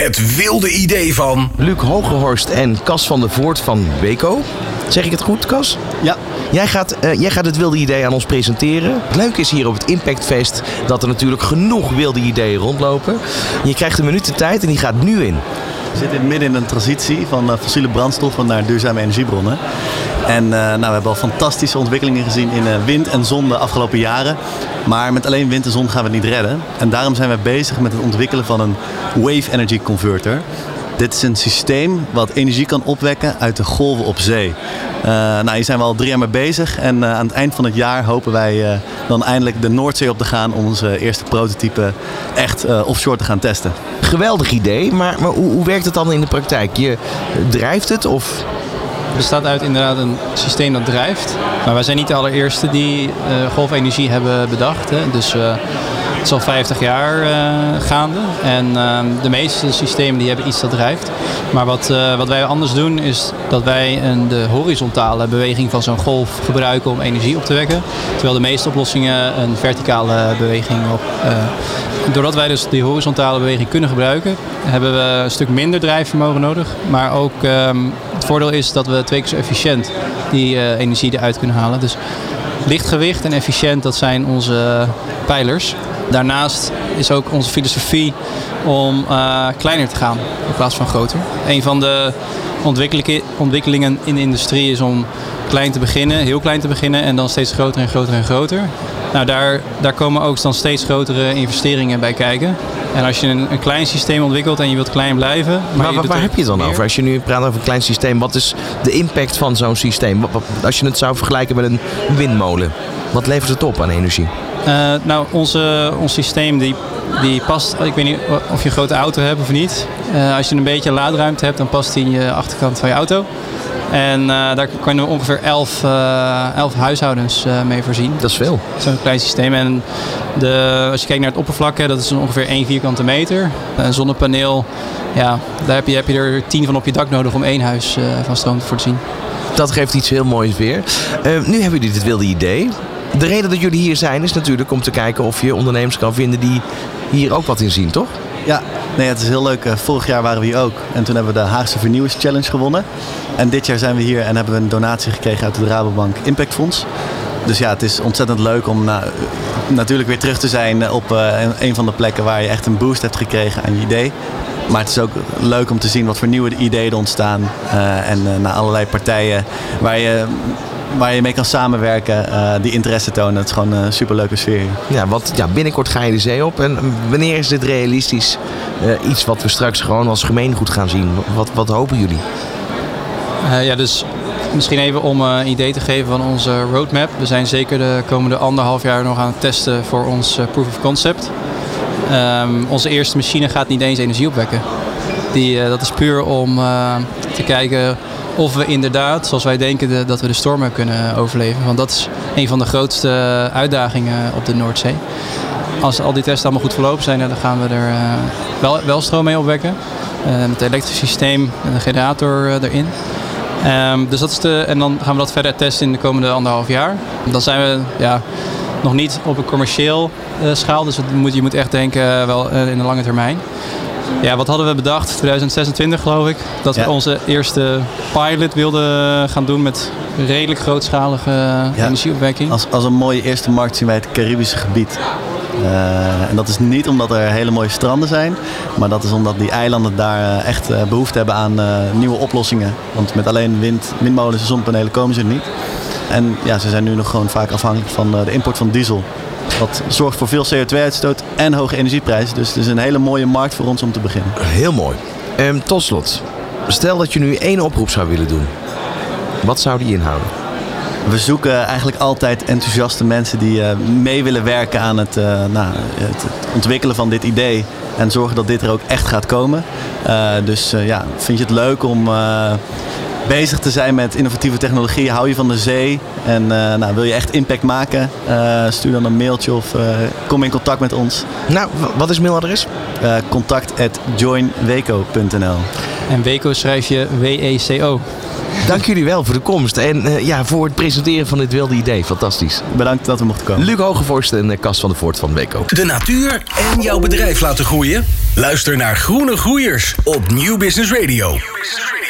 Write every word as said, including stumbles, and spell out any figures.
Het wilde idee van Luc Hogehorst en Cas van der Voort van Weco. Zeg ik het goed, Cas? Ja. Jij gaat, uh, jij gaat het wilde idee aan ons presenteren. Het leuke is hier op het Impactfest dat er natuurlijk genoeg wilde ideeën rondlopen. Je krijgt een minuut de tijd en die gaat nu in. We zitten midden in een transitie van uh, fossiele brandstoffen naar duurzame energiebronnen. En uh, nou, we hebben al fantastische ontwikkelingen gezien in uh, wind en zon de afgelopen jaren. Maar met alleen wind en zon gaan we het niet redden. En daarom zijn we bezig met het ontwikkelen van een Wave Energy Converter. Dit is een systeem wat energie kan opwekken uit de golven op zee. Uh, nou, hier zijn we al drie jaar mee bezig. En uh, aan het eind van het jaar hopen wij uh, dan eindelijk de Noordzee op te gaan om onze eerste prototype echt uh, offshore te gaan testen. Geweldig idee, maar, maar hoe, hoe werkt het dan in de praktijk? Je drijft het of... Het bestaat uit inderdaad een systeem dat drijft. Maar wij zijn niet de allereerste die uh, golfenergie hebben bedacht. Hè. Dus uh, het is al vijftig jaar uh, gaande. En uh, de meeste systemen die hebben iets dat drijft. Maar wat, uh, wat wij anders doen is dat wij een, de horizontale beweging van zo'n golf gebruiken om energie op te wekken. Terwijl de meeste oplossingen een verticale beweging op... Uh, Doordat wij dus die horizontale beweging kunnen gebruiken, hebben we een stuk minder drijfvermogen nodig. Maar ook um, het voordeel is dat we twee keer zo efficiënt die uh, energie eruit kunnen halen. Dus lichtgewicht en efficiënt, dat zijn onze pijlers. Daarnaast is ook onze filosofie om uh, kleiner te gaan in plaats van groter. Een van de ontwikkelingen in de industrie is om klein te beginnen, heel klein te beginnen en dan steeds groter en groter en groter. Nou, daar, daar komen ook dan steeds grotere investeringen bij kijken. En als je een, een klein systeem ontwikkelt en je wilt klein blijven... Maar, maar waar, waar heb je het dan meer over? Als je nu praat over een klein systeem, wat is de impact van zo'n systeem? Wat, wat, als je het zou vergelijken met een windmolen, wat levert het op aan energie? Uh, nou, onze, ons systeem die, die past, ik weet niet of je een grote auto hebt of niet. Uh, als je een beetje laadruimte hebt, dan past die in je achterkant van je auto. En uh, daar kunnen we ongeveer elf, uh, elf huishoudens uh, mee voorzien. Dat is veel. Zo'n klein systeem. En de, als je kijkt naar het oppervlak, hè, dat is ongeveer één vierkante meter. Een zonnepaneel, ja, daar heb je, heb je er tien van op je dak nodig om één huis uh, van stroom te voorzien. Dat geeft iets heel moois weer. Uh, nu hebben jullie dit wilde idee. De reden dat jullie hier zijn is natuurlijk om te kijken of je ondernemers kan vinden die hier ook wat in zien, toch? Ja, nee, het is heel leuk. Vorig jaar waren we hier ook. En toen hebben we de Haagse Vernieuwingschallenge gewonnen. En dit jaar zijn we hier en hebben we een donatie gekregen uit het Rabobank Impact Fonds. Dus ja, het is ontzettend leuk om na, natuurlijk weer terug te zijn op uh, een van de plekken waar je echt een boost hebt gekregen aan je idee. Maar het is ook leuk om te zien wat voor nieuwe ideeën er ontstaan. Uh, en uh, naar allerlei partijen waar je... waar je mee kan samenwerken, uh, die interesse tonen. Het is gewoon een superleuke sfeer hier. Ja, want ja, binnenkort ga je de zee op. En wanneer is dit realistisch? Uh, iets wat we straks gewoon als gemeengoed gaan zien. Wat, wat hopen jullie? Uh, ja, dus misschien even om uh, een idee te geven van onze roadmap. We zijn zeker de komende anderhalf jaar nog aan het testen voor ons uh, proof of concept. Um, onze eerste machine gaat niet eens energie opwekken. Die, uh, dat is puur om uh, te kijken of we inderdaad, zoals wij denken, de, dat we de stormen kunnen overleven. Want dat is een van de grootste uitdagingen op de Noordzee. Als al die testen allemaal goed verlopen zijn, dan gaan we er uh, wel, wel stroom mee opwekken. Uh, met het elektrisch systeem en de generator uh, erin. Um, dus dat is de, en dan gaan we dat verder testen in de komende anderhalf jaar. Dan zijn we ja, nog niet op een commercieel uh, schaal. Dus moet, je moet echt denken uh, wel uh, in de lange termijn. Ja, wat hadden we bedacht? twintig zesentwintig geloof ik. Dat ja. we onze eerste pilot wilden gaan doen met redelijk grootschalige ja. energieopwekking. Als, als een mooie eerste markt zien wij het Caribische gebied. Uh, en dat is niet omdat er hele mooie stranden zijn. Maar dat is omdat die eilanden daar uh, echt uh, behoefte hebben aan uh, nieuwe oplossingen. Want met alleen wind, windmolens en zonnepanelen komen ze er niet. En ja, ze zijn nu nog gewoon vaak afhankelijk van uh, de import van diesel. Dat zorgt voor veel C O twee uitstoot en hoge energieprijzen. Dus het is een hele mooie markt voor ons om te beginnen. Heel mooi. Um, tot slot. Stel dat je nu één oproep zou willen doen. Wat zou die inhouden? We zoeken eigenlijk altijd enthousiaste mensen die uh, mee willen werken aan het, uh, nou, het ontwikkelen van dit idee. En zorgen dat dit er ook echt gaat komen. Uh, dus uh, ja, vind je het leuk om... Uh, bezig te zijn met innovatieve technologie, hou je van de zee en uh, nou, wil je echt impact maken, uh, stuur dan een mailtje of uh, kom in contact met ons. Nou, wat is mailadres? Uh, contact at join weco punt n l. En Weco schrijf je W E C O. Dank jullie wel voor de komst en uh, ja, voor het presenteren van dit wilde idee. Fantastisch. Bedankt dat we mochten komen. Luc Hogevorst en Cas van der Voort van Weco. De natuur en jouw bedrijf laten groeien? Luister naar Groene Groeiers op Nieuw Business Radio.